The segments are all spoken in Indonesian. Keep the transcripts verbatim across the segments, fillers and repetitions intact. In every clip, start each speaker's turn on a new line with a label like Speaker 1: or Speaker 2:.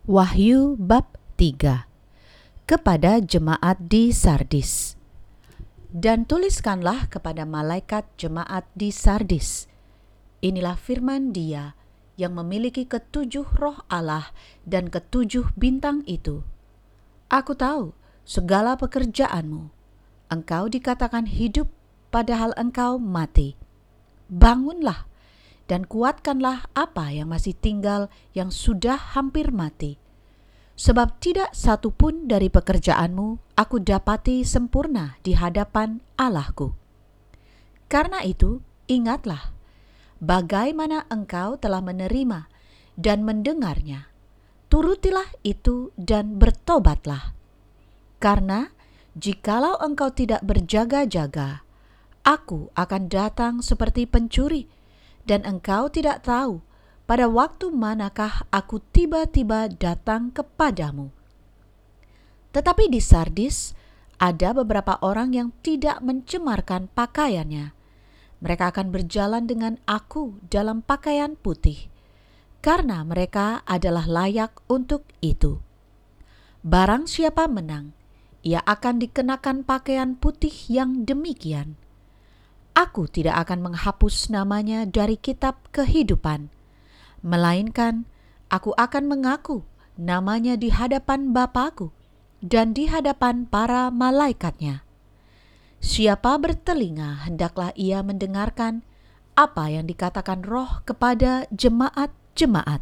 Speaker 1: Wahyu bab tiga. Kepada jemaat di Sardis. Dan tuliskanlah kepada malaikat jemaat di Sardis. Inilah firman Dia yang memiliki ketujuh roh Allah dan ketujuh bintang itu. Aku tahu segala pekerjaanmu. Engkau dikatakan hidup, padahal engkau mati. Bangunlah dan kuatkanlah apa yang masih tinggal yang sudah hampir mati. Sebab tidak satu pun dari pekerjaanmu aku dapati sempurna di hadapan Allahku. Karena itu, ingatlah bagaimana engkau telah menerima dan mendengarnya. Turutilah itu dan bertobatlah. Karena jikalau engkau tidak berjaga-jaga, aku akan datang seperti pencuri, dan engkau tidak tahu pada waktu manakah aku tiba-tiba datang kepadamu. Tetapi di Sardis ada beberapa orang yang tidak mencemarkan pakaiannya. Mereka akan berjalan dengan aku dalam pakaian putih, karena mereka adalah layak untuk itu. Barang siapa menang, ia akan dikenakan pakaian putih yang demikian. Aku tidak akan menghapus namanya dari kitab kehidupan, melainkan aku akan mengaku namanya di hadapan Bapa-Ku dan di hadapan para malaikatnya. Siapa bertelinga, hendaklah ia mendengarkan apa yang dikatakan Roh kepada jemaat-jemaat.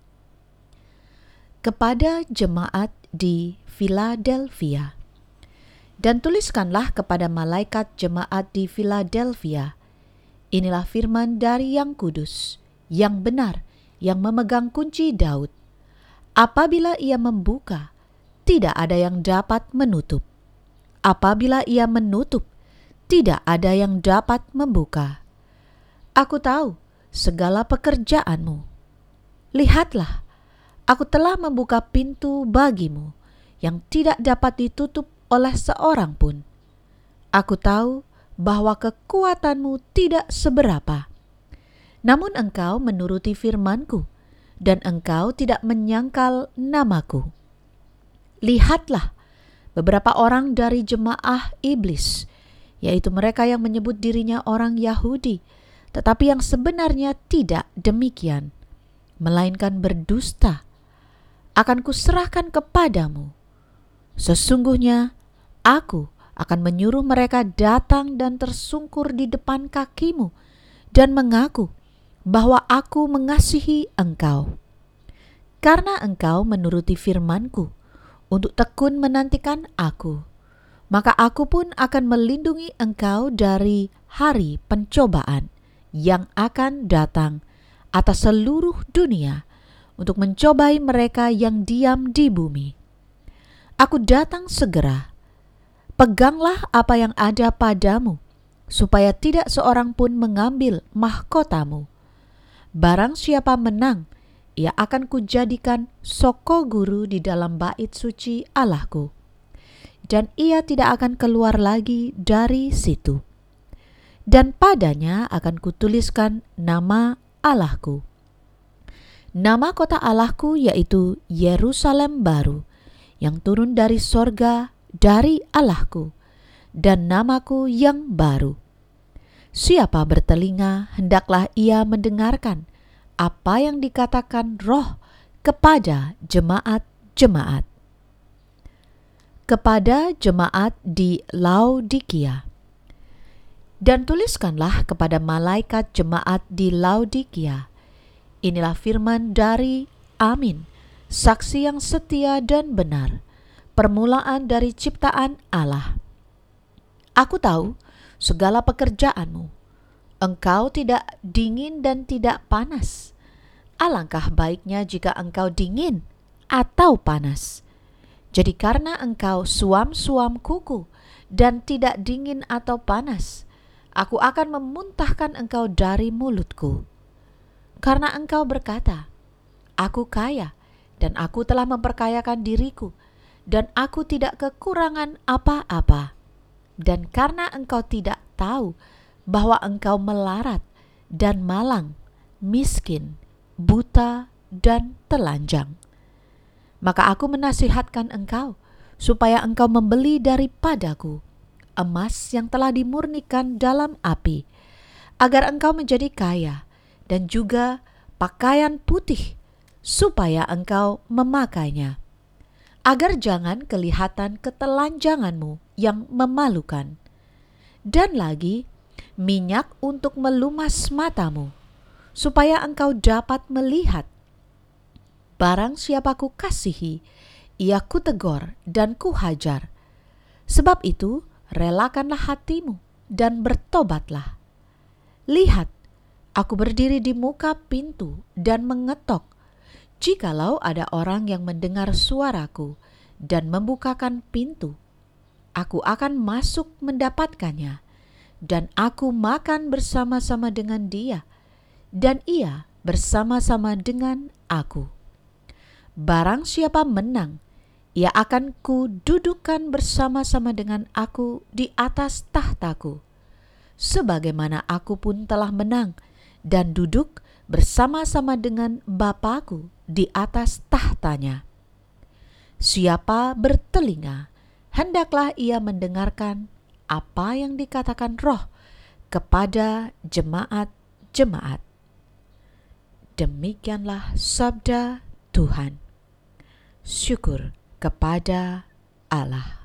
Speaker 1: Kepada jemaat di Philadelphia. Dan tuliskanlah kepada malaikat jemaat di Philadelphia. Inilah firman dari Yang Kudus, yang benar, yang memegang kunci Daud. Apabila ia membuka, tidak ada yang dapat menutup. Apabila ia menutup, tidak ada yang dapat membuka. Aku tahu segala pekerjaanmu. Lihatlah, aku telah membuka pintu bagimu yang tidak dapat ditutup oleh seorang pun. Aku tahu bahwa kekuatanmu tidak seberapa. Namun engkau menuruti firman-Ku, dan engkau tidak menyangkal namaku. Lihatlah, beberapa orang dari jemaah iblis, yaitu mereka yang menyebut dirinya orang Yahudi, tetapi yang sebenarnya tidak demikian, melainkan berdusta, akan kuserahkan kepadamu. Sesungguhnya aku akan menyuruh mereka datang dan tersungkur di depan kakimu dan mengaku bahwa aku mengasihi engkau. Karena engkau menuruti firman-Ku untuk tekun menantikan aku, maka aku pun akan melindungi engkau dari hari pencobaan yang akan datang atas seluruh dunia untuk mencobai mereka yang diam di bumi. Aku datang segera. Peganglah apa yang ada padamu, supaya tidak seorang pun mengambil mahkotamu. Barang siapa menang, ia akan kujadikan soko guru di dalam bait suci Allahku, dan ia tidak akan keluar lagi dari situ. Dan padanya akan kutuliskan nama Allahku. Nama kota Allahku yaitu Yerusalem baru, yang turun dari sorga dari Allahku, dan namaku yang baru. Siapa bertelinga, hendaklah ia mendengarkan apa yang dikatakan Roh kepada jemaat-jemaat. Kepada jemaat di Laodikia. Dan tuliskanlah kepada malaikat jemaat di Laodikia. Inilah firman dari Amin, saksi yang setia dan benar, permulaan dari ciptaan Allah. Aku tahu segala pekerjaanmu. Engkau tidak dingin dan tidak panas. Alangkah baiknya jika engkau dingin atau panas. Jadi karena engkau suam-suam kuku dan tidak dingin atau panas, aku akan memuntahkan engkau dari mulutku. Karena engkau berkata, aku kaya, dan aku telah memperkayakan diriku, dan aku tidak kekurangan apa-apa. Dan karena engkau tidak tahu bahwa engkau melarat dan malang, miskin, buta, dan telanjang. Maka aku menasihatkan engkau, supaya engkau membeli daripadaku emas yang telah dimurnikan dalam api, agar engkau menjadi kaya, dan juga pakaian putih, supaya engkau memakainya, agar jangan kelihatan ketelanjanganmu yang memalukan. Dan lagi, minyak untuk melumas matamu, supaya engkau dapat melihat. Barang siapa ku kasihi, ia kutegur dan kuhajar. Sebab itu, relakanlah hatimu dan bertobatlah. Lihat, aku berdiri di muka pintu dan mengetok. Jikalau ada orang yang mendengar suaraku dan membukakan pintu, aku akan masuk mendapatkannya, dan aku makan bersama-sama dengan dia, dan ia bersama-sama dengan aku. Barang siapa menang, ia akan kududukkan bersama-sama dengan aku di atas tahtaku, sebagaimana aku pun telah menang dan duduk bersama-sama dengan Bapa-Ku di atas tahtanya. Siapa bertelinga, hendaklah ia mendengarkan apa yang dikatakan Roh kepada jemaat-jemaat. Demikianlah sabda Tuhan. Syukur kepada Allah.